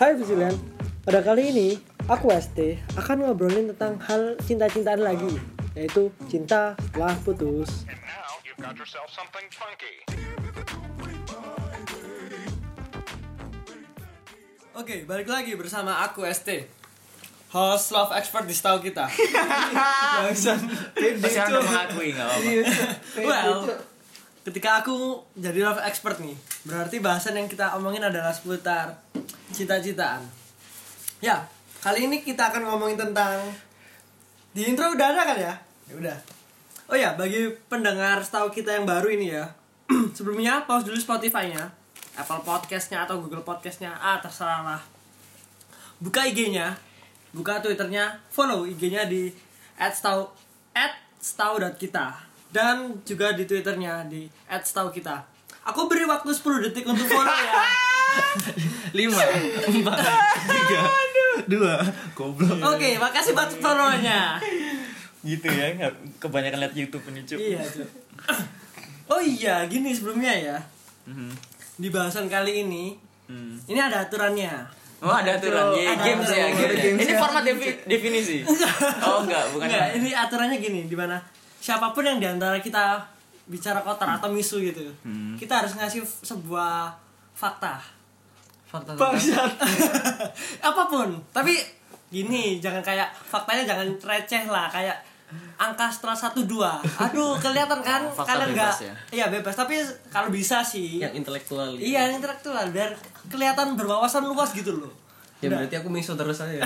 Hai Bisilan, pada kali ini aku ST akan ngobrolin tentang hal cinta-cintaan lagi, yaitu cinta setelah putus. Oke, balik lagi bersama aku ST, host love expert di setahu kita. Masih anda mengakui nggak apa-apa. Well, ketika aku jadi love expert nih, berarti bahasan yang kita omongin adalah seputar cinta-cintaan. Ya, kali ini kita akan ngomongin tentang, di intro udah ada kan ya? Ya udah. Oh ya, bagi pendengar setahu kita yang baru ini ya, sebelumnya pause dulu Spotify-nya, Apple Podcast-nya atau Google Podcast-nya, terserah lah. Buka IG-nya, buka Twitter-nya, follow IG-nya di @setau.kita dan juga di Twitter-nya di @setaukita. Aku beri waktu 10 detik untuk follow ya. 5, 4, 3, 2, goblok. Oke, makasih buat follow-nya. Gitu ya, nggak kebanyakan lihat YouTube ini cuy. Iya, Cuk. Oh iya, gini sebelumnya ya. Di bahasan kali ini, ini ada aturannya. Oh ada aturan, games ya, games. Ini format definisi. Oh enggak, bukan. Enggak, ini aturannya gini, di mana siapapun yang diantara kita bicara kotor atau misu gitu, kita harus ngasih sebuah fakta. Bangsat. Apapun, tapi gini, jangan kayak faktanya jangan receh lah, kayak angka setelah 1, 2. Aduh, kelihatan kan kalian enggak. Ya? Iya, bebas, tapi kalau bisa sih yang intelektual. Iya, yang intelektual biar kelihatan berwawasan luas gitu loh. Ya berarti aku miso terus aja.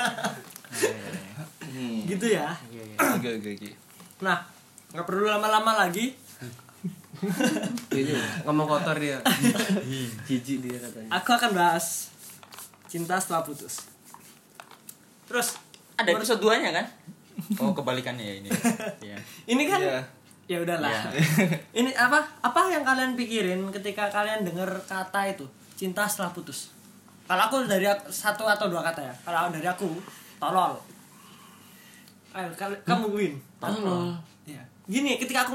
Gitu ya. Oke. Nah, enggak perlu lama-lama lagi. Ini ngomong kotor dia. Jijik dia katanya. Aku akan bahas cinta setelah putus. Terus Ada episode 2-nya kan? Oh kebalikannya ya ini. Iya. ini kan Iya. ya udahlah. Iya. Ini apa yang kalian pikirin ketika kalian dengar kata itu, cinta setelah putus? Kalau aku dari 1 atau 2 kata ya. Kalau dari aku, tolol. Ayo, kamu win. Tolol. Iya. Gini, ketika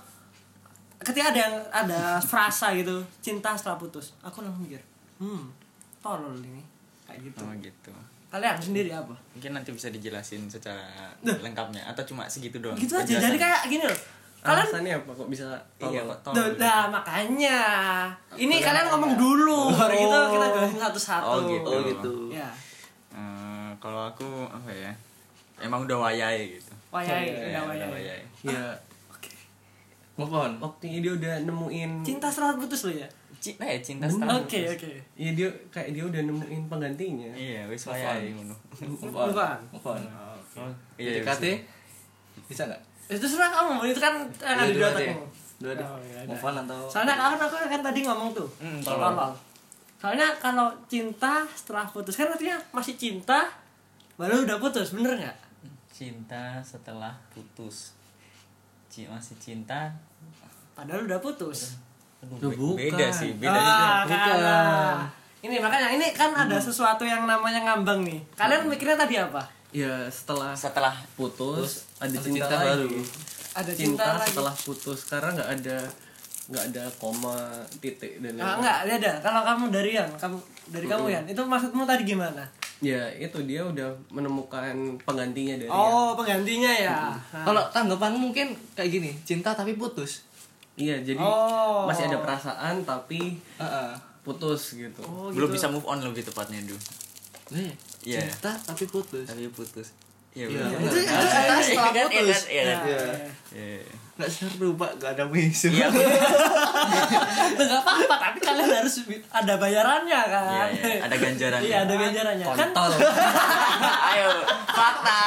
ada frasa gitu, cinta setelah putus, aku langsung mikir, tolol ini, kayak gitu. Oh gitu. Kalian sendiri apa? Mungkin nanti bisa dijelasin secara lengkapnya atau cuma segitu doang. Gitu aja. Penjelasan. Jadi kayak gini loh. Kalian Alasannya apa kok bisa Iya tolol? kok tolol. Nah, makanya ini kalian ngomong dulu, baru gitu kita jelasin satu-satu. Oh gitu. Oh gitu. Ya. Kalau aku apa ya? Emang udah wayai gitu. Wayai, Iya, udah wayai. wayai. Ya. Oke. Move on. Waktunya dia udah nemuin. Cinta setelah putus lo ya? Cinta setelah Oke, putus. oke. Iya dia udah nemuin penggantinya. Iya, wis wayai ngono. Move Move on. Move on. Iya, PDKT bisa enggak? Itu serah kamu, itu kan yang ada di otakmu. Dua deh. Oh, iya, Move on atau Soalnya aku kan tadi ngomong tuh, tolol. Soalnya kalau cinta setelah putus kan artinya masih cinta, baru udah putus, bener nggak? cinta setelah putus. Masih cinta Padahal udah putus. bukan. Beda sih, beda juga. Bukan. Ini makanya ini kan ada sesuatu yang namanya ngambang nih. Kalian mikirnya tadi apa? Ya setelah Setelah putus ada cinta cinta baru. lagi. Ada Cinta lagi. setelah putus karena nggak ada koma titik dan Enggak, ada. Kalau kamu dari kamu Yan, itu maksudmu tadi gimana? ya itu dia udah menemukan penggantinya dari Oh, penggantinya ya. Nah. Kalau tanggapan mungkin kayak gini, cinta tapi putus. iya jadi Oh. masih ada perasaan tapi Heeh. putus gitu. Oh, belum gitu. bisa move on lebih tepatnya dulu. Nih, Iya. cinta tapi putus. Tapi putus. Iya. Iya, benar. itu cinta setelah Iya kan, putus. Iya kan. Iya. Iya. Nggak seru pak, nggak ada misu. Iya. Enggak apa-apa, tapi kalian harus ada bayarannya kan. Iya, ada ganjarannya. Iya, ada ganjarannya. Kan Kontol. Ayo, fakta.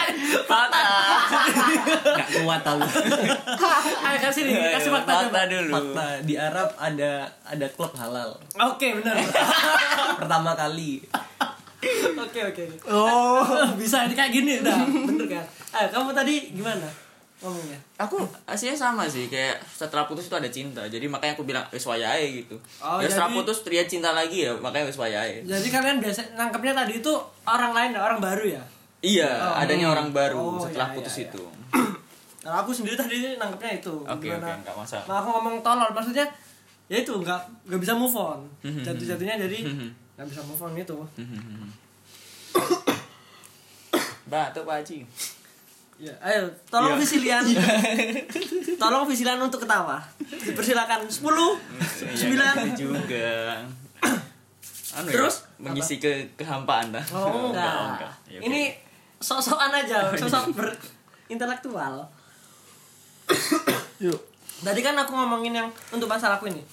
Nggak kuat tahu. ayo kasih fakta coba. dulu. Fakta di Arab ada klub halal Oke, benar. pertama kali. Oke. Oh, bisa ini kayak gini udah. Bener kan? Ayo, kamu tadi gimana ngomongnya? Aku aslinya sama sih, kayak setelah putus itu ada cinta. Jadi makanya aku bilang wis wayahe gitu. Oh, Ya setelah jadi- putus terlihat cinta lagi ya, makanya wis wayahe. Jadi kalian biasa nangkepnya tadi itu orang lain, orang baru ya? Iya, adanya orang baru Oh, setelah iya, putus iya, itu. Nah, aku sendiri tadi nangkepnya itu. Oke, Gimana? enggak masalah. Nah, aku ngomong tolol maksudnya ya itu nggak bisa move on. Jatuh-jatuhnya jadi nggak bisa move on itu. Batuk Pak Haji. Ya, ayo tolong Visilian. Tolong Visilian untuk ketawa. Dipersilakan 10 9 juga. Anu Terus ya, mengisi kehampaan dah. Oh enggak. Ya, oke. Ini sok-sokan aja, sosok berintelektual. Yuk. Tadi kan aku ngomongin yang untuk masalahku ini.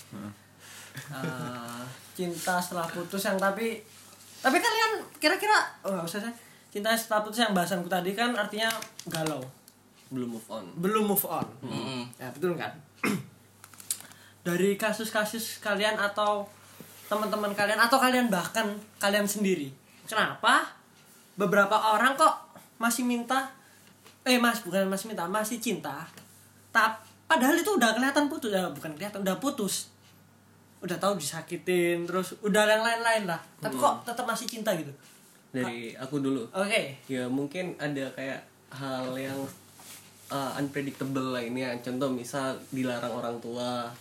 Cinta setelah putus yang tapi kalian kira-kira enggak usah saya. Cinta setelah putus yang bahasanku tadi kan artinya galau, Belum move on. belum move on. Ya, betul kan? Dari kasus-kasus kalian atau teman-teman kalian atau kalian bahkan kalian sendiri. Kenapa beberapa orang kok masih minta masih cinta. Padahal itu udah kelihatan putus, ya bukan kelihatan, udah putus. Udah tahu disakitin, terus udah yang lain-lain lah. Tapi kok tetap masih cinta gitu. Dari aku dulu. Oke. Ya mungkin ada kayak hal yang unpredictable lah ini ya. Contoh misal dilarang orang tua.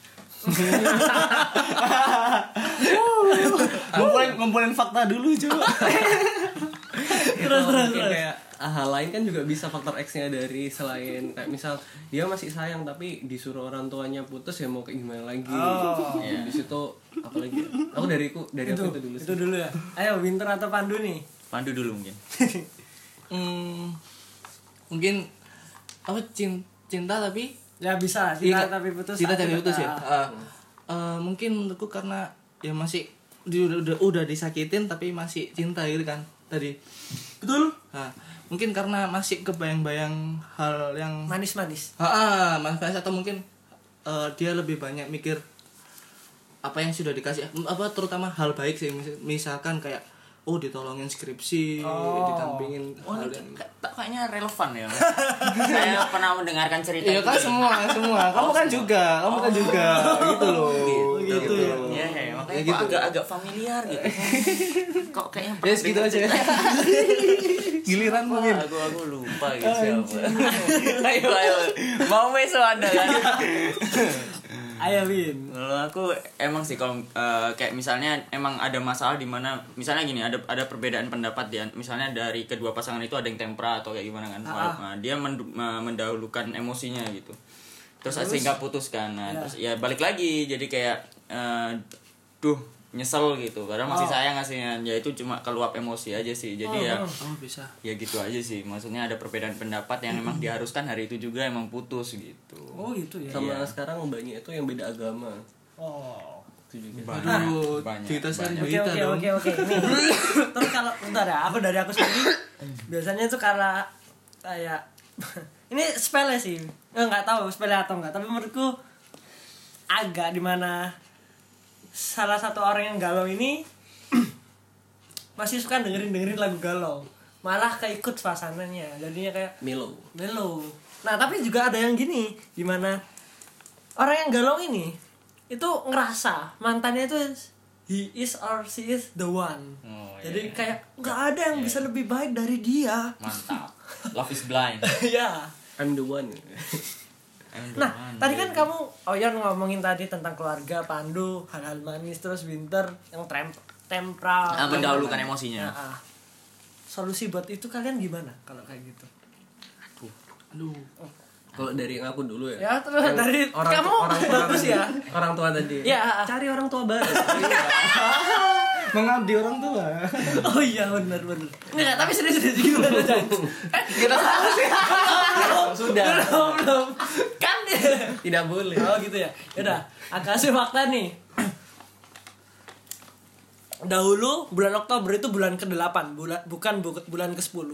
Ngumpulin fakta dulu coba. Terus kayak hal lain kan juga bisa faktor X-nya dari selain kayak misal dia masih sayang tapi disuruh orang tuanya putus ya mau kayak gimana lagi. Ya, di situ apalagi ya? Aku dari aku itu dulu sih. Itu dulu ya. Ayo Winter atau Pandu nih? Pandu dulu mungkin. Mungkin apa cinta tapi Ya bisa, cinta tapi putus. cinta tapi putus ya. Ah. Mungkin menurutku karena ya masih udah disakitin tapi masih cinta gitu kan tadi. Betul? Nah, mungkin karena masih kebayang-bayang hal yang Manis-manis. manis atau mungkin dia lebih banyak mikir apa yang sudah dikasih apa terutama hal baik sih, misalkan kayak ditolongin skripsi, ditampingin Oh, hal ini yang kayaknya relevan ya. Saya pernah mendengarkan cerita iya kan itu. semua kamu kan juga gitu loh. Gitu ya. Iya, makanya Ya kok gitu. agak familiar gitu. Kok kayaknya Ya segitu aja ya. Giliran mungkin. Aku lupa gitu siapa. Ayo. Mau meso Anda kan? Ayo Win. Kalau aku emang sih kalau kayak misalnya emang ada masalah di mana misalnya gini ada perbedaan pendapat dia misalnya dari kedua pasangan itu ada yang tempera atau kayak gimana kan. Nah, dia mendahulukan emosinya gitu. Terus sehingga putus kan. Nah, terus ya balik lagi jadi kayak nyesel gitu karena masih sayang aslinya ya itu cuma keluap emosi aja sih jadi Bisa. ya gitu aja sih maksudnya ada perbedaan pendapat yang emang diharuskan hari itu juga emang putus gitu. Oh gitu ya. Sama sekarang banyak itu yang beda agama. Oh. Itu juga. Banyak. Cerita seri Oke. dong. Ini. Terus kalau bentar ya, dari aku sendiri biasanya itu karena kayak ini sepele sih. Enggak tahu sepele atau enggak, tapi menurutku agak di mana salah satu orang yang galau ini masih suka dengerin lagu galau, malah keikut suasananya, jadinya kayak Melo. Nah tapi juga ada yang gini, dimana orang yang galau ini itu ngerasa mantannya itu he is or she is the one. Jadi kayak nggak ada yang bisa lebih baik dari dia. Mantap. Love is blind. Ya. I'm the one. Nah, tadi kan kamu Oyon ngomongin tadi tentang keluarga, Pandu, hal-hal manis, terus Winter yang tempral. Mendahulukan emosinya. Nah, solusi buat itu kalian gimana kalau kayak gitu? Aduh. Kalau dari yang aku dulu ya. Ya, terus dari kamu bagus ya. Orang tua tadi. Ya, Cari orang tua baru. Mengabdi orang tua. oh iya benar. Enggak, tapi serius gimana Chan? Kita salah sih. Sudah. Belum. Kan Tidak boleh. oh gitu ya. Yaudah, aku kasih fakta nih. Dahulu bulan Oktober itu bulan ke-8, bukan bulan ke-10.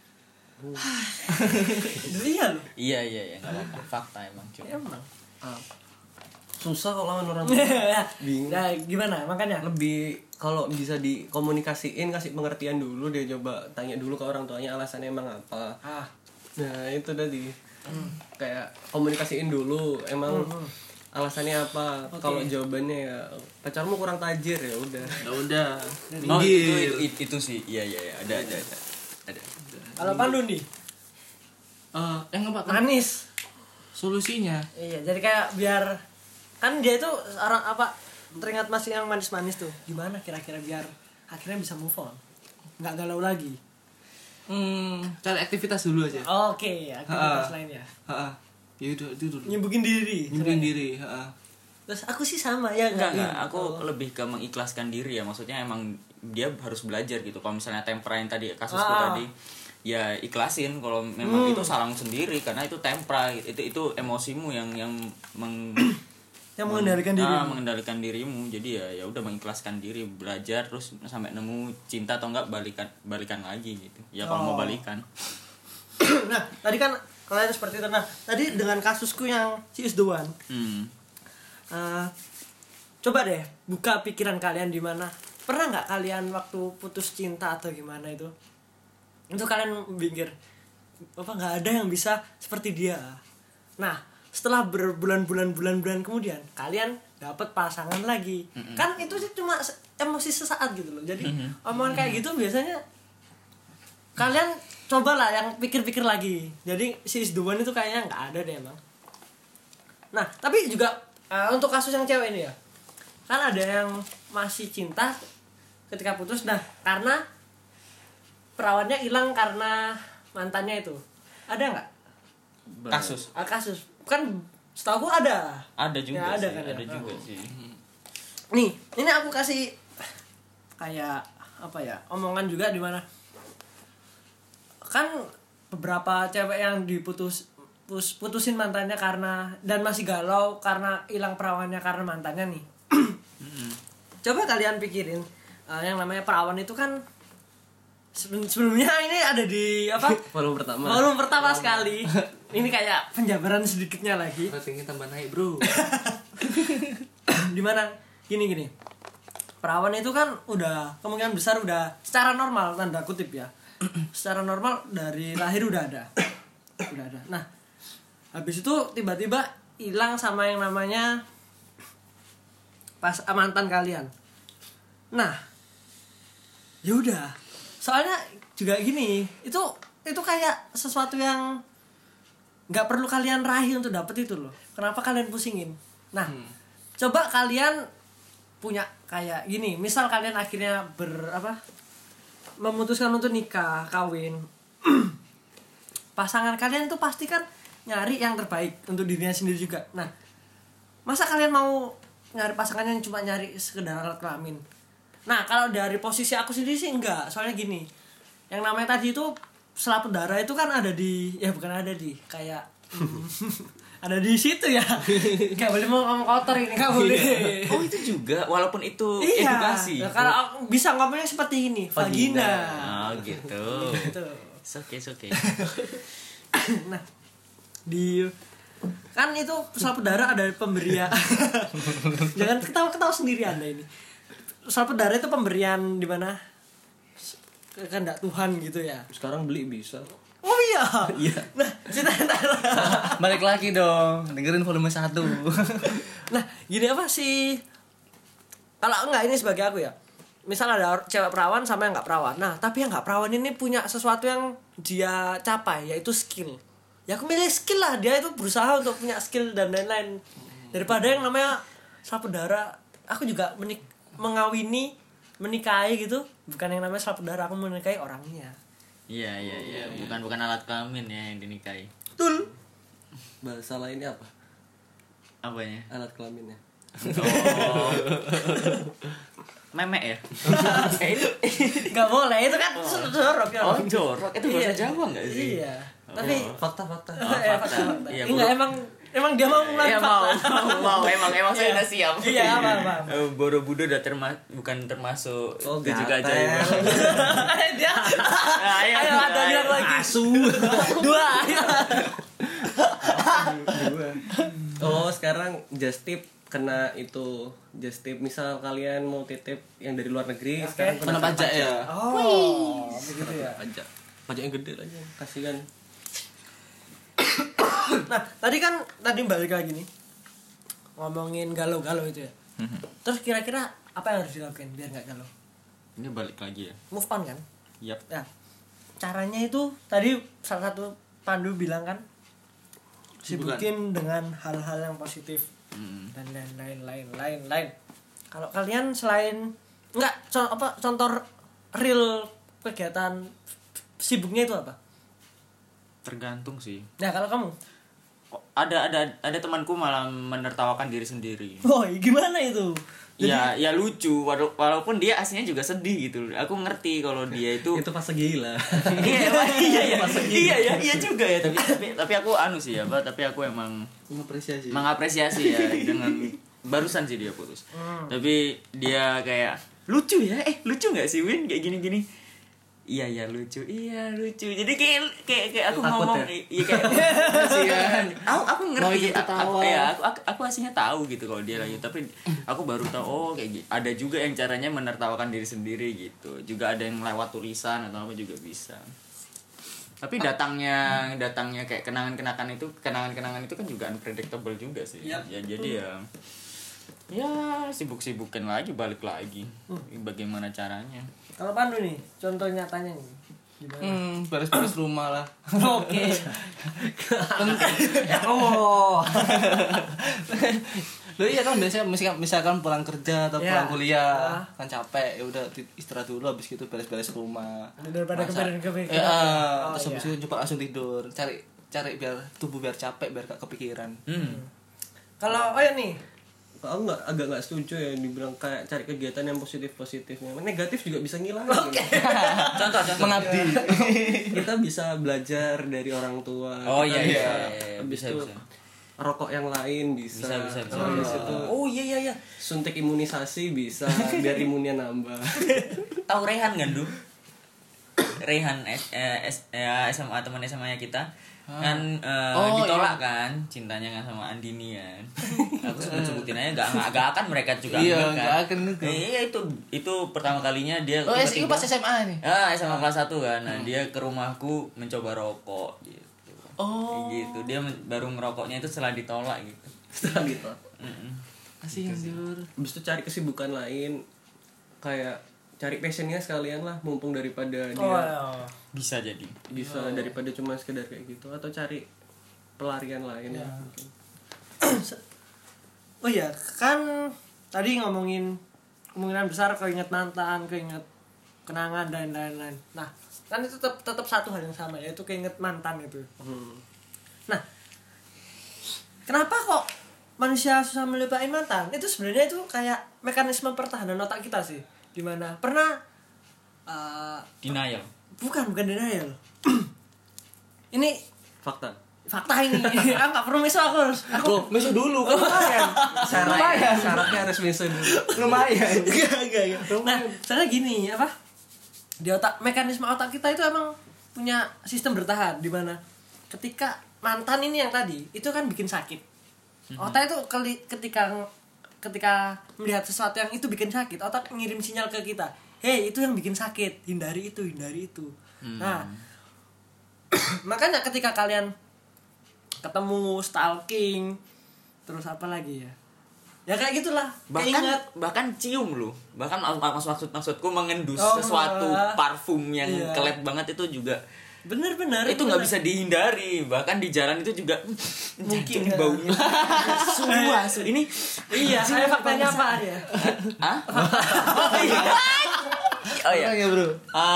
Iya loh. Iya, enggak apa-apa. Fakta emang cuma. Emang. Susah kalau lawan orang tua. Bingung. Nah, gimana? Makanya Lebih kalau bisa dikomunikasiin, kasih pengertian dulu, dia coba tanya dulu ke orang tuanya alasannya emang apa. Nah itu tadi kayak komunikasiin dulu emang alasannya apa. Kalau jawabannya ya pacarmu kurang tajir ya udah. Udah. Oh, itu sih. Iya, ada. kalau Pandu nih, Enggak Pak. manis. Solusinya Iya, jadi kayak biar kan dia itu orang apa teringat masih yang manis-manis tuh. Gimana kira-kira biar akhirnya bisa move on, nggak galau lagi. Cari aktivitas dulu aja. Oke, aktivitas lain ya. Ya udah itu dulu. Nyembuhin diri. Nyembuhin diri. Terus aku sih sama ya enggak, aku lebih ke mengikhlaskan diri ya, maksudnya emang dia harus belajar gitu. Kalau misalnya tempera yang tadi kasusku tadi, ya ikhlasin kalau memang itu salahmu sendiri karena itu tempera, itu emosimu yang mengendalikan dirimu. Mengendalikan dirimu. Jadi ya udah mengikhlaskan diri, belajar terus sampai nemu cinta atau enggak balikan lagi gitu. Ya kalau mau balikan. Nah, tadi kan kalian seperti itu. Nah, tadi dengan kasusku yang she is the one. Coba deh buka pikiran kalian di mana. Pernah nggak kalian waktu putus cinta atau gimana itu kalian pikir apa nggak ada yang bisa seperti dia. Nah, setelah berbulan-bulan kemudian kalian dapat pasangan lagi. Kan itu sih cuma emosi sesaat gitu loh. Jadi omongan kayak gitu biasanya kalian cobalah yang pikir-pikir lagi. Jadi si is the one itu kayaknya nggak ada deh emang. Nah, tapi juga untuk kasus yang cewek ini ya, kan ada yang masih cinta ketika putus. Nah, karena perawannya hilang karena mantannya itu, ada nggak Kasus kan setahu aku ada juga ya, sih, kan, ada juga sih. Nih, ini aku kasih kayak apa ya, omongan juga di mana kan beberapa cewek yang putusin mantannya karena dan masih galau karena hilang perawannya karena mantannya nih. Coba kalian pikirin, yang namanya perawan itu kan sebelumnya ini ada di apa? Volume pertama sekali. Ini kayak penjabaran sedikitnya lagi. Ratingnya tambah naik, bro. Dimana gini perawan itu kan udah kemungkinan besar udah secara normal tanda kutip ya. Secara normal dari lahir udah ada. Nah, habis itu tiba-tiba hilang sama yang namanya mantan kalian. Nah, ya udah. Soalnya juga gini, itu kayak sesuatu yang nggak perlu kalian raih untuk dapet itu loh. Kenapa kalian pusingin? Nah, coba kalian punya kayak gini. Misal kalian akhirnya memutuskan untuk nikah, kawin. Pasangan kalian tuh pasti kan nyari yang terbaik untuk dirinya sendiri juga. Nah, masa kalian mau nyari pasangan yang cuma nyari sekedar alat kelamin? Nah, kalau dari posisi aku sendiri sih enggak. Soalnya gini, yang namanya tadi itu selaput darah itu kan ada di, ya bukan ada di, kayak ada di situ ya. Gak boleh mau ngomong kotor ini, gak boleh. Oh, itu juga, walaupun itu iya, edukasi. Nah, kalau aku bisa ngomongnya seperti ini, vagina. Oh, gitu. Oke. Nah, kan itu selaput darah ada pemberian. Jangan ketawa sendiri Anda ini. Selaput darah itu pemberian di mana kehendak Tuhan gitu ya. Sekarang beli bisa. Oh iya. Nah, Balik lagi dong, dengerin volume 1. Nah, gini apa sih? Kalau enggak ini sebagai aku ya. Misal ada cewek perawan sama yang enggak perawan. Nah, tapi yang enggak perawan ini punya sesuatu yang dia capai, yaitu skill. Ya aku milih skill lah, dia itu berusaha untuk punya skill dan lain-lain. Daripada yang namanya selaput darah, aku juga menikahi gitu, bukan yang namanya selaput darah, aku menikahi orangnya. Iya, bukan alat kelamin ya yang dinikahi. Betul. Bahasa lainnya apa? Apanya? Alat kelaminnya. Oh. Memek ya? Itu Gak boleh, itu kan jorok ya. Oh, jorok. Itu bahasa Jawa enggak sih? Iya. Tapi Fakta. fakta. Iya, Enggak, emang dia mau mulai Iya, fakta. mau. Emang saya udah siap. Iya, apa. Borobudur udah bukan termasuk juga gatel. aja. Dia. Ayo ada bilang lagi. Asu. Dua. Oh, sekarang just tip kena itu just tip. Misal kalian mau titip yang dari luar negeri, sekarang Kena pajak ya. Oh, begitu ya. pajak yang gede lagi, kasihan. Nah, tadi balik lagi nih. Ngomongin galau-galau itu ya. Terus kira-kira apa yang harus dilakukan biar enggak galau? Ini balik lagi ya. Move on kan? Yap. Ya. Caranya itu tadi salah satu Pandu bilang kan, sibukin dengan hal-hal yang positif dan lain-lain. Kalau kalian selain Enggak, contoh real kegiatan sibuknya itu apa? Tergantung sih. Nah, kalau kamu? Ada temanku malah menertawakan diri sendiri. Oh, gimana itu? Ya lucu walaupun dia aslinya juga sedih gitu. Aku ngerti kalau dia itu Itu pas gila. iya juga ya, tapi aku sih ya, tapi aku emang mengapresiasi ya dengan barusan sih dia putus. Tapi dia kayak lucu ya. Lucu enggak sih Win kayak gini-gini? Iya lucu. Jadi kayak aku takut ngomong ya? iya kayak kasihan. Aku ngerti. Aku aslinya tahu gitu kalau dia lagi, tapi aku baru tahu kayak gitu. Ada juga yang caranya menertawakan diri sendiri gitu. Juga ada yang lewat tulisan atau apa juga bisa. Tapi datangnya kayak kenangan-kenangan itu kan juga unpredictable juga sih. Yep. Ya jadi ya sibuk-sibukin lagi, balik lagi. Bagaimana caranya? Kalau Pandu nih, contoh nyatanya nih. Gimana? Beres-beres rumah lah. Oke. Oh. Loh iya kan biasanya misalkan pulang kerja atau Ya. pulang kuliah kan capek, ya udah istirahat dulu, habis gitu beres-beres rumah. Daripada kepikiran. Terus habis itu coba langsung tidur, cari biar tubuh biar capek, biar gak kepikiran. Kalau nih, Aku agak nggak setuju ya dibilang kayak cari kegiatan yang positifnya. Negatif juga bisa ngilangin. Contoh. Mengabdi. Kita bisa belajar dari orang tua. Oh Kita iya. Habis Bisa. itu rokok yang lain bisa. Bisa. Habis itu Oh iya. suntik imunisasi bisa biar imunnya nambah. Tahu Rehan kan, Du? Rehan SMA, teman SMA-nya kita. Kan ditolak kan cintanya kan sama Andini kan. Aku sebutin aja gak akan mereka juga Iya, ambil kan. gak akan juga. Iya itu pertama kalinya dia Oh, itu pas SMA nih. SMA kelas 1 kan. Nah, dia ke rumahku mencoba rokok gitu. Oh. Gitu. Dia baru ngerokoknya itu setelah ditolak gitu. Setelah gitu. Kasihan jujur. Habis itu cari kesibukan lain kayak cari passionnya sekalian lah, mumpung daripada dia Bisa jadi. bisa daripada cuma sekedar kayak gitu, atau cari pelarian lain ya. Mungkin. oh iya, kan tadi ngomongin kemungkinan besar keinget mantan, keinget kenangan dan lain-lain. Nah, kan itu tetap satu hal yang sama, yaitu keinget mantan itu. Nah, kenapa kok manusia susah melupain mantan? Itu sebenarnya itu kayak mekanisme pertahanan otak kita sih. Dimana pernah Denial. bukan denial. Ini Fakta. ini. Aku nggak perlu meso, aku harus. Loh, besok dulu kan. Lumayan. Syaratnya harus bisa dulu. Lumayan. Enggak. Nah, soalnya gini, apa? Di otak, mekanisme otak kita itu emang punya sistem bertahan di mana ketika mantan ini yang tadi itu kan bikin sakit. Otak itu ketika melihat sesuatu yang itu bikin sakit, otak ngirim sinyal ke kita. Hey, itu yang bikin sakit, hindari itu. Nah, makanya ketika kalian ketemu, stalking, terus apa lagi ya? Ya kayak gitulah. Bahkan cium lu. Bahkan maksudku mengendus Oh, sesuatu parfum yang iya. kelep banget itu juga. Bener. Itu nggak bisa dihindari. Bahkan di jalan itu juga Mungkin, mungkin baunya. Semua. Ini Iya, saya faktanya apa ya? Hah? Oh iya. Ya, Bro.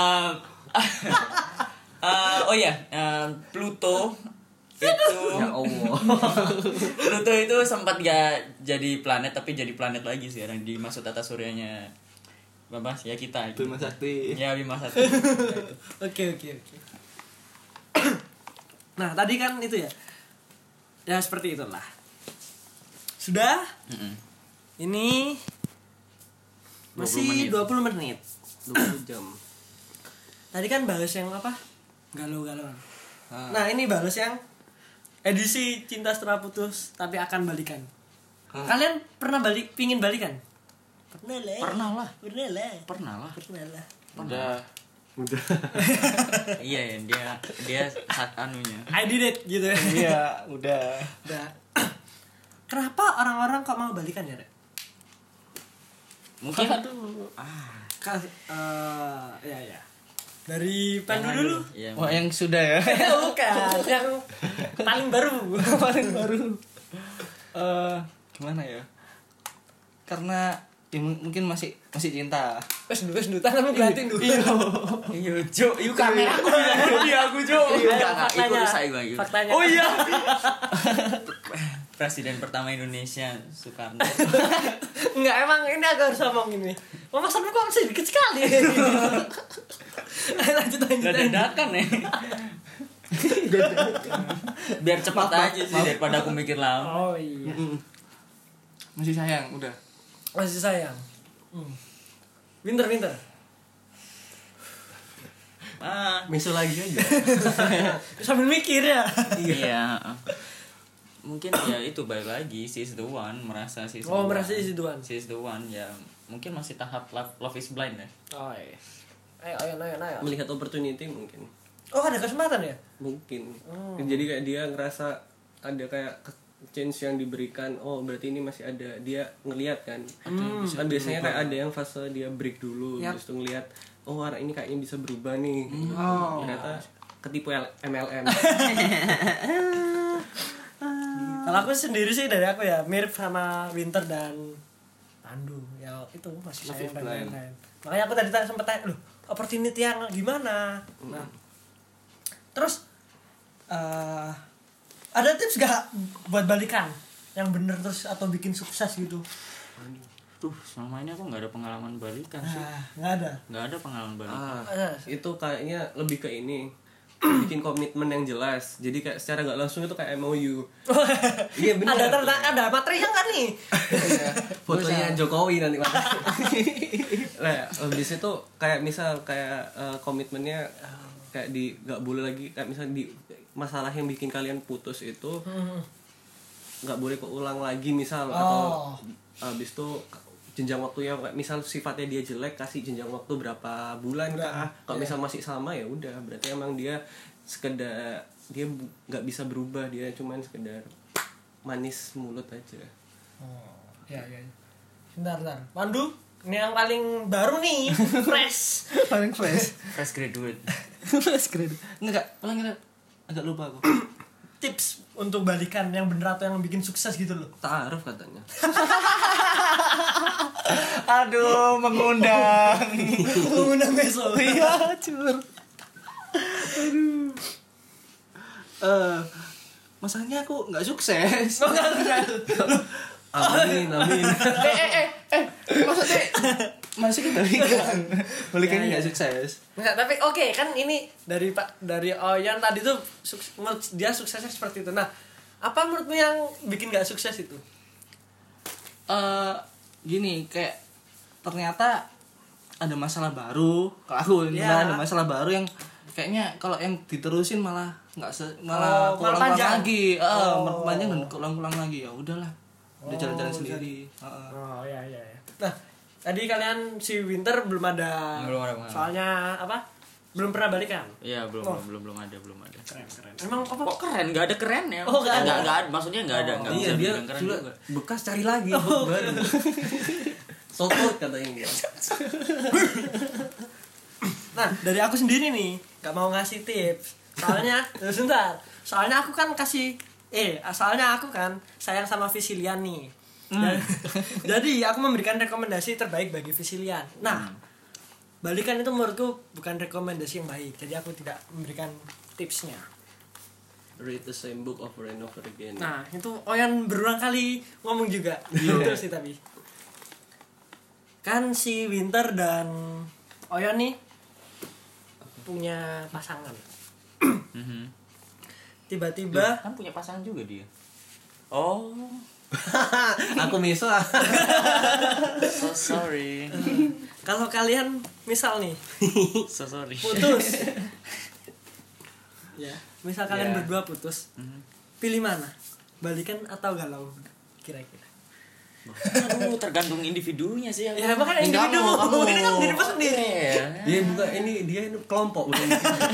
Pluto itu Ya Allah. Pluto itu sempat gak jadi planet, tapi jadi planet lagi sekarang di masa tata suryanya ya kita. Bima Sakti. Ya Bima Sakti. Oke. Nah, tadi kan itu ya. Ya seperti itulah. Sudah? Ini masih 20 menit. 20 jam. Tadi kan bahas yang apa? Galau-galauan. Nah, ini bahas yang edisi cinta setelah putus tapi akan balikan. Kalian pernah pingin balikan? Pernah lah. Udah. Iya, dia saat anunya. I did it gitu ya. Iya, udah. Nah, kenapa orang-orang kok mau balikan ya, Rek? Mungkin Ya. Dari Pandu dulu. Iya. Wah, yang sudah ya. Bukan, yang paling baru. Gimana ya? Karena yang mungkin masih cinta. Wes tanganmu gelatin dulu. Iya, Cuk, yuk kamera aku bilang dia aku, Cuk. Enggak, itu rusak gue. Faktanya. Oh iya. Presiden pertama Indonesia Soekarno. Enggak, emang ini agak harus ngomong ini. Pemasanmu kok sedikit sekali. lanjut. Gak dadakan ya. Biar cepat aja sih daripada aku mikir lama. Oh iya. Masih sayang, udah. Masih sayang. Winter. Miso lagi aja. Sambil mikir ya. Iya. Mungkin ya itu balik lagi she's the one, merasa she's the one. Merasa she's the one. She's the one ya. Mungkin masih tahap love is blind ya. Oh iya. Ayo. Melihat opportunity mungkin. Oh, ada kesempatan ya? Mungkin. Jadi kayak dia ngerasa ada kayak chance yang diberikan. Oh, berarti ini masih ada. Dia ngelihat kan. Kan biasanya kayak ada yang fase dia break dulu, terus tuh ngelihat, oh anak ini kayaknya bisa berubah nih. Ternyata ketipu MLM. Kalau aku sendiri sih dari aku ya mirip sama Winter dan Pandu. Ya itu masih sayang dan lain-lain. Makanya aku tadi sempat tanya, loh, opportunity yang gimana? Nah, terus ada tips gak buat balikan yang bener terus atau bikin sukses gitu? Tuh, selama ini aku nggak ada pengalaman balikan sih. Nggak ada pengalaman balikan. Itu kayaknya lebih ke ini. Bikin komitmen yang jelas. Jadi kayak secara nggak langsung itu kayak MOU. Iya benar. Ada materinya kan nih? Fotonya Jokowi nanti. Nah, habis itu kayak misal kayak komitmennya kayak di nggak boleh lagi kayak misal di masalah yang bikin kalian putus itu nggak boleh keulang lagi misal atau habis itu jenjang waktunya kayak misal sifatnya dia jelek kasih jenjang waktu berapa bulan kah kalau misal masih sama ya udah berarti emang dia sekedar dia nggak bisa berubah dia cuman sekedar manis mulut aja. Ya. Bentar. Pandu, ini yang paling baru nih, fresh. Paling fresh. Fresh graduate. Enggak, ulangi agak lupa aku. Tips untuk balikan yang bener atau yang bikin sukses gitu loh. Ta'aruf katanya. Aduh, mengundang besok. Iya, cur. Aduh. Masalahnya aku nggak sukses. Amin. Maksudnya masih kita balikan nggak sukses. Enggak, tapi oke, kan ini dari Oyan tadi tuh menurut dia suksesnya seperti itu. Nah, apa menurutmu yang bikin nggak sukses itu? Gini, kayak ternyata ada masalah baru. Kalau aku ada masalah baru yang kayaknya kalau yang diterusin malah malah kulang lagi. Panjang dan kulang lagi. Ya udahlah. Udah jalan-jalan sendiri. Iya. Nah, tadi kalian si Winter belum ada. Soalnya apa? Belum pernah balikan. Iya, belum ada. Keren. Emang apa? Kok keren? Enggak ada kerennya. Oh, enggak ada. Maksudnya enggak ada, enggak Iya bisa dia dibilang keren juga juga. bekas cari lagi baru. Soto katanya dia. Nah, dari aku sendiri nih, gak mau ngasih tips. Soalnya, sebentar. Soalnya aku kan sayang sama Visilian nih. Jadi aku memberikan rekomendasi terbaik bagi Visilian. Nah, balikan itu menurutku bukan rekomendasi yang baik. Jadi aku tidak memberikan tipsnya. Read the same book over and over again. Nah, itu Oyan berulang kali ngomong juga. Betul sih tapi. Kan si Winter dan Oyan nih punya pasangan. Tiba-tiba Kan punya pasangan juga dia. Oh, Aku miso. so sorry. kalau kalian misal nih So sorry. putus. Ya, misal kalian berdua putus. Pilih mana? Balikan atau galau kira-kira? Aduh, tergantung individunya sih. Ya makanya individu. Ini kan diri sendiri. Dia bukan dia kelompok bukan.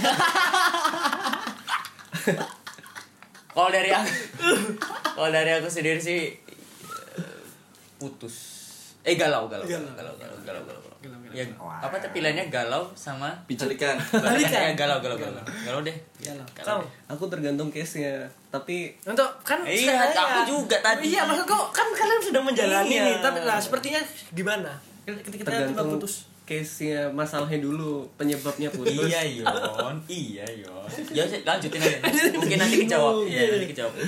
Kalau dari aku sendiri sih putus. Galau. Ya, apa tuh pilihannya galau sama Balikan. ya galau deh. Kamu? Aku tergantung case-nya. Tapi Untuk kan Iya, aku juga tadi. Iya, maksudku kan kalian sudah menjalani Iya. nih, tapi lah sepertinya gimana? Ketika kita tiba tergantung putus. case-nya, masalahnya dulu, penyebabnya putus. Iya, Yon. Ya, lanjutin aja. Mungkin nanti kejawab. Iya, nanti kejawab.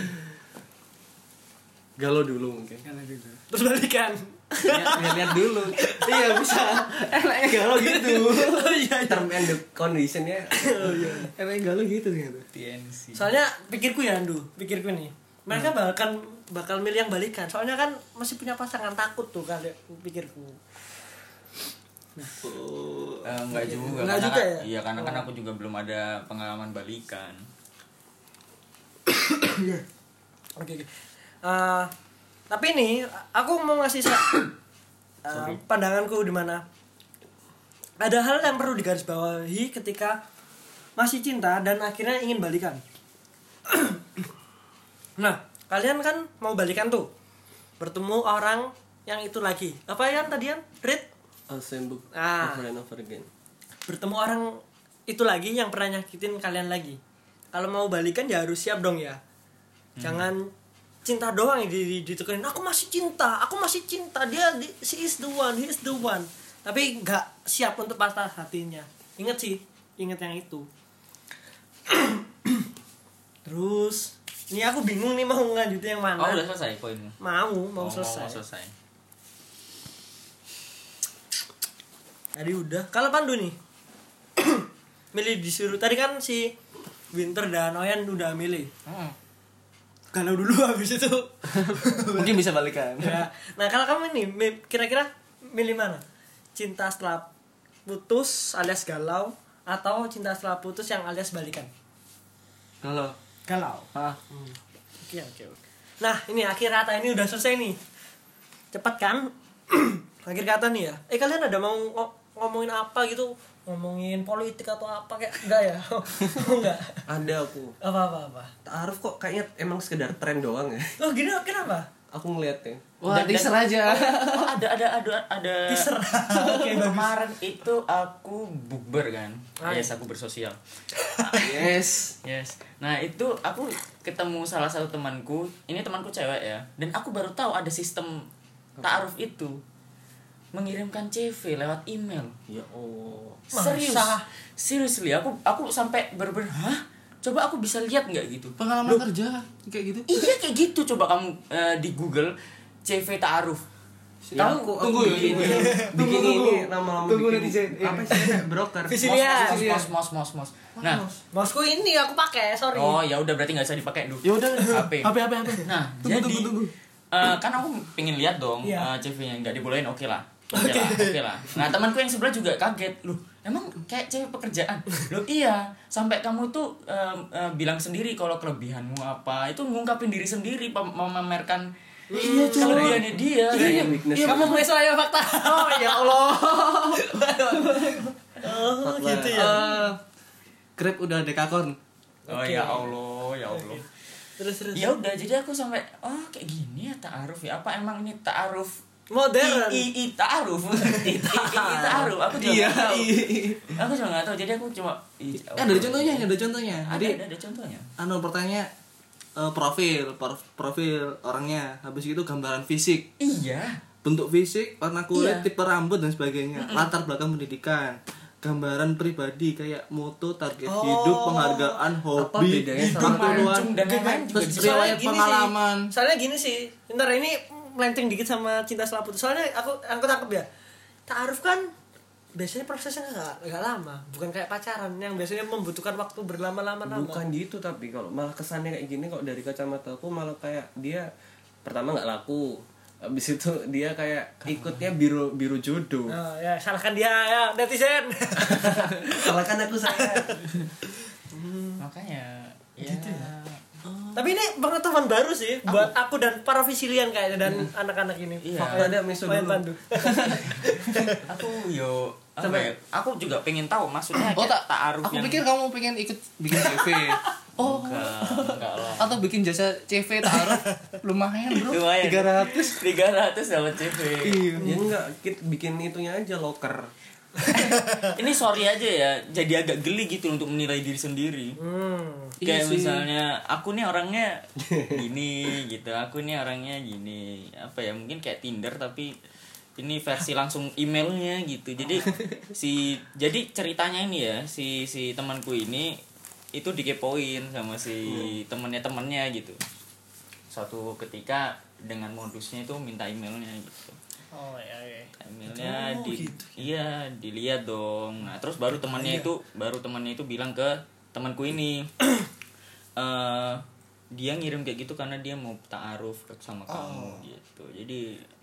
Galau dulu mungkin. Terus balikan. Lihat dulu. Iya bisa. Enaknya galau gitu. Oh iya. Term and the condition-nya. Oh iya. Enaknya galau gitu ternyata. TNC. Soalnya pikirku nih. Mereka bakal milih yang balikan. Soalnya kan masih punya pasangan, takut tuh kali pikirku. Enggak juga. Enggak karena juga kan- ya? Iya, karena kan aku juga belum ada pengalaman balikan. Oke. Tapi nih aku mau ngasih pandanganku di mana ada hal yang perlu digarisbawahi ketika masih cinta dan akhirnya ingin balikan. Nah, kalian kan mau balikan tuh, bertemu orang yang itu lagi. Apa yang tadian? Read? Same book Ah. over and over again. Bertemu orang itu lagi yang pernah nyakitin kalian lagi. Kalau mau balikan ya harus siap dong ya. Jangan cinta doang yang ditekenin. Aku masih cinta. She is the one, he is the one. Tapi nggak siap untuk patah hatinya. Ingat yang itu. Terus, ini aku bingung nih mau ngelanjutin yang mana. Oh, udah selesai poinmu. Mau selesai. Mau selesai. Tadi udah. Kalau Pandu nih, milih disuruh. Tadi kan si Winter dan Oyan udah milih. Galau dulu habis itu. Mungkin bisa balikan. Ya. Nah kalau kamu nih kira-kira milih mana? Cinta setelah putus alias galau, atau cinta setelah putus yang alias balikan? Galau. Oke. Nah ini akhir kata ini udah selesai nih. Cepat kan? Akhir kata nih ya. Kalian ada mau ngomongin apa gitu? Ngomongin politik atau apa kayak enggak ya? Enggak. Ada aku. Apa. Ta'aruf kok kayaknya emang sekedar tren doang ya. Oh gini kenapa? Aku ngeliatnya. Wah, teaser aja. Oh, ada. Teaser. Oke, bagus. Kemarin itu aku bukber kan. Yes, aku bersosial. Yes. Nah, itu aku ketemu salah satu temanku. Ini temanku cewek ya. Dan aku baru tahu ada sistem ta'aruf itu. Mengirimkan CV lewat email. Ya Allah. Seriously, aku sampai bener-bener coba aku bisa lihat nggak gitu Pengalaman kerja kayak gitu. iya kayak gitu. Coba kamu di Google CV ta'aruf. Ya, Kamu aku bikin ini lama-lama Tunggu bikin netizen. apa sih kayak broker. Visilia. mos. Nah, Mousku ini aku pakai, sorry. oh ya udah berarti nggak usah dipakai dulu. Ya udah. HP. HP. Nah, Tunggu. kan aku pengen lihat dong Iya. CV-nya, nggak dibolehin, oke lah. Oke lah. Nah, temanku yang sebelah juga kaget. Loh, emang kayak cewek pekerjaan? Loh iya, sampai kamu tuh bilang sendiri kalau kelebihanmu apa. Itu ngungkapin diri sendiri, memamerkan kelebihannya dia. Iya, Kamu mulai soalnya fakta. Oh ya Allah. Oh, gitu ya. Grab udah dekakorn. Oh Oke. ya Allah. Terus. Ya udah, jadi aku sampai kayak gini ya ta'aruf ya. Apa emang ini ta'aruf Modern. ta'aruf? Ta'aruf. Aku juga nggak tahu. Aku juga nggak tahu. Jadi aku cuma Ada contohnya. Jadi ada contohnya. pertanyaan profil orangnya, habis itu gambaran fisik, Iya. bentuk fisik, warna kulit, Iya. tipe rambut dan sebagainya, latar belakang pendidikan, gambaran pribadi kayak moto, target hidup, penghargaan, hobi, bedanya hidup sama duluan, dan lain-lain juga terus bisa. riwayat pengalaman. Soalnya gini sih. Bentar, ini melenceng dikit sama cinta setelah putus. Soalnya aku tangkep ya. Ta'aruf kan biasanya prosesnya nggak lama, bukan kayak pacaran yang biasanya membutuhkan waktu berlama-lama. Bukan gitu, tapi kalau malah kesannya kayak gini kok dari kacamata aku malah kayak dia pertama nggak laku, habis itu dia kayak ikutnya biru jodoh. Oh, ya salahkan dia ya netizen. Salahkan aku saya. Makanya ya. Tapi Tapi ini pengetahuan baru sih buat aku dan para Visilian kayaknya dan anak-anak ini. Iya. Ada miso Main dulu. pandu. Aku aku juga pengen tahu maksudnya Oh tak, ta'aruf aku yang pikir kamu pengen ikut bikin CV. Oh, enggak lah. atau bikin jasa CV taruh lumayan bro. Lumayan. 300. 300 dapat CV. Iya. Ya enggak, kita bikin itunya aja locker. Ini sorry aja ya, jadi agak geli gitu untuk menilai diri sendiri. Iya Kayak sih. misalnya aku nih orangnya gini gitu, aku nih orangnya gini. Apa ya, mungkin kayak Tinder tapi ini versi langsung emailnya gitu. Jadi jadi ceritanya ini ya, si temanku ini itu dikepoin sama si temennya gitu. Suatu ketika dengan modusnya itu minta emailnya gitu. Oh iya. Emailnya iya dilihat dong. Nah terus baru temannya itu bilang ke temanku ini dia ngirim kayak gitu karena dia mau ta'aruf sama kamu gitu. Jadi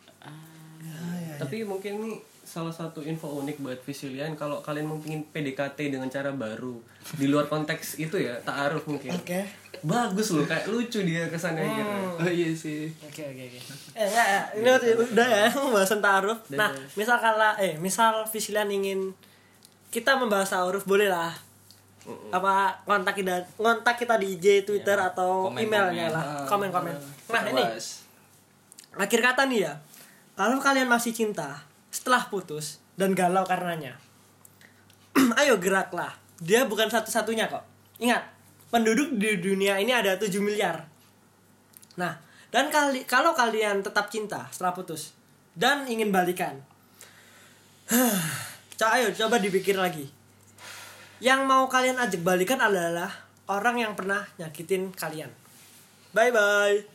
Tapi mungkin ini salah satu info unik buat Visilian kalau kalian mau pingin PDKT dengan cara baru di luar konteks itu ya, ta'aruf mungkin. Oke. Bagus loh, kayak lucu dia kesannya gitu. Oh iya sih. Oke. Ya, ini udah ya pembahasan ta'aruf. Nah, misal Visilian ingin kita membahas ta'aruf, boleh lah. Apa kontak kita di IG, Twitter atau komen-komen. emailnya lah. Komen-komen. Nah, ini akhir kata nih ya. Kalau kalian masih cinta setelah putus dan galau karenanya, ayo geraklah. Dia bukan satu-satunya kok. Ingat, penduduk di dunia ini ada 7 miliar. Nah, dan kalau kalian tetap cinta setelah putus dan ingin balikan, ayo coba dipikir lagi. Yang mau kalian ajak balikan adalah orang yang pernah nyakitin kalian. Bye-bye.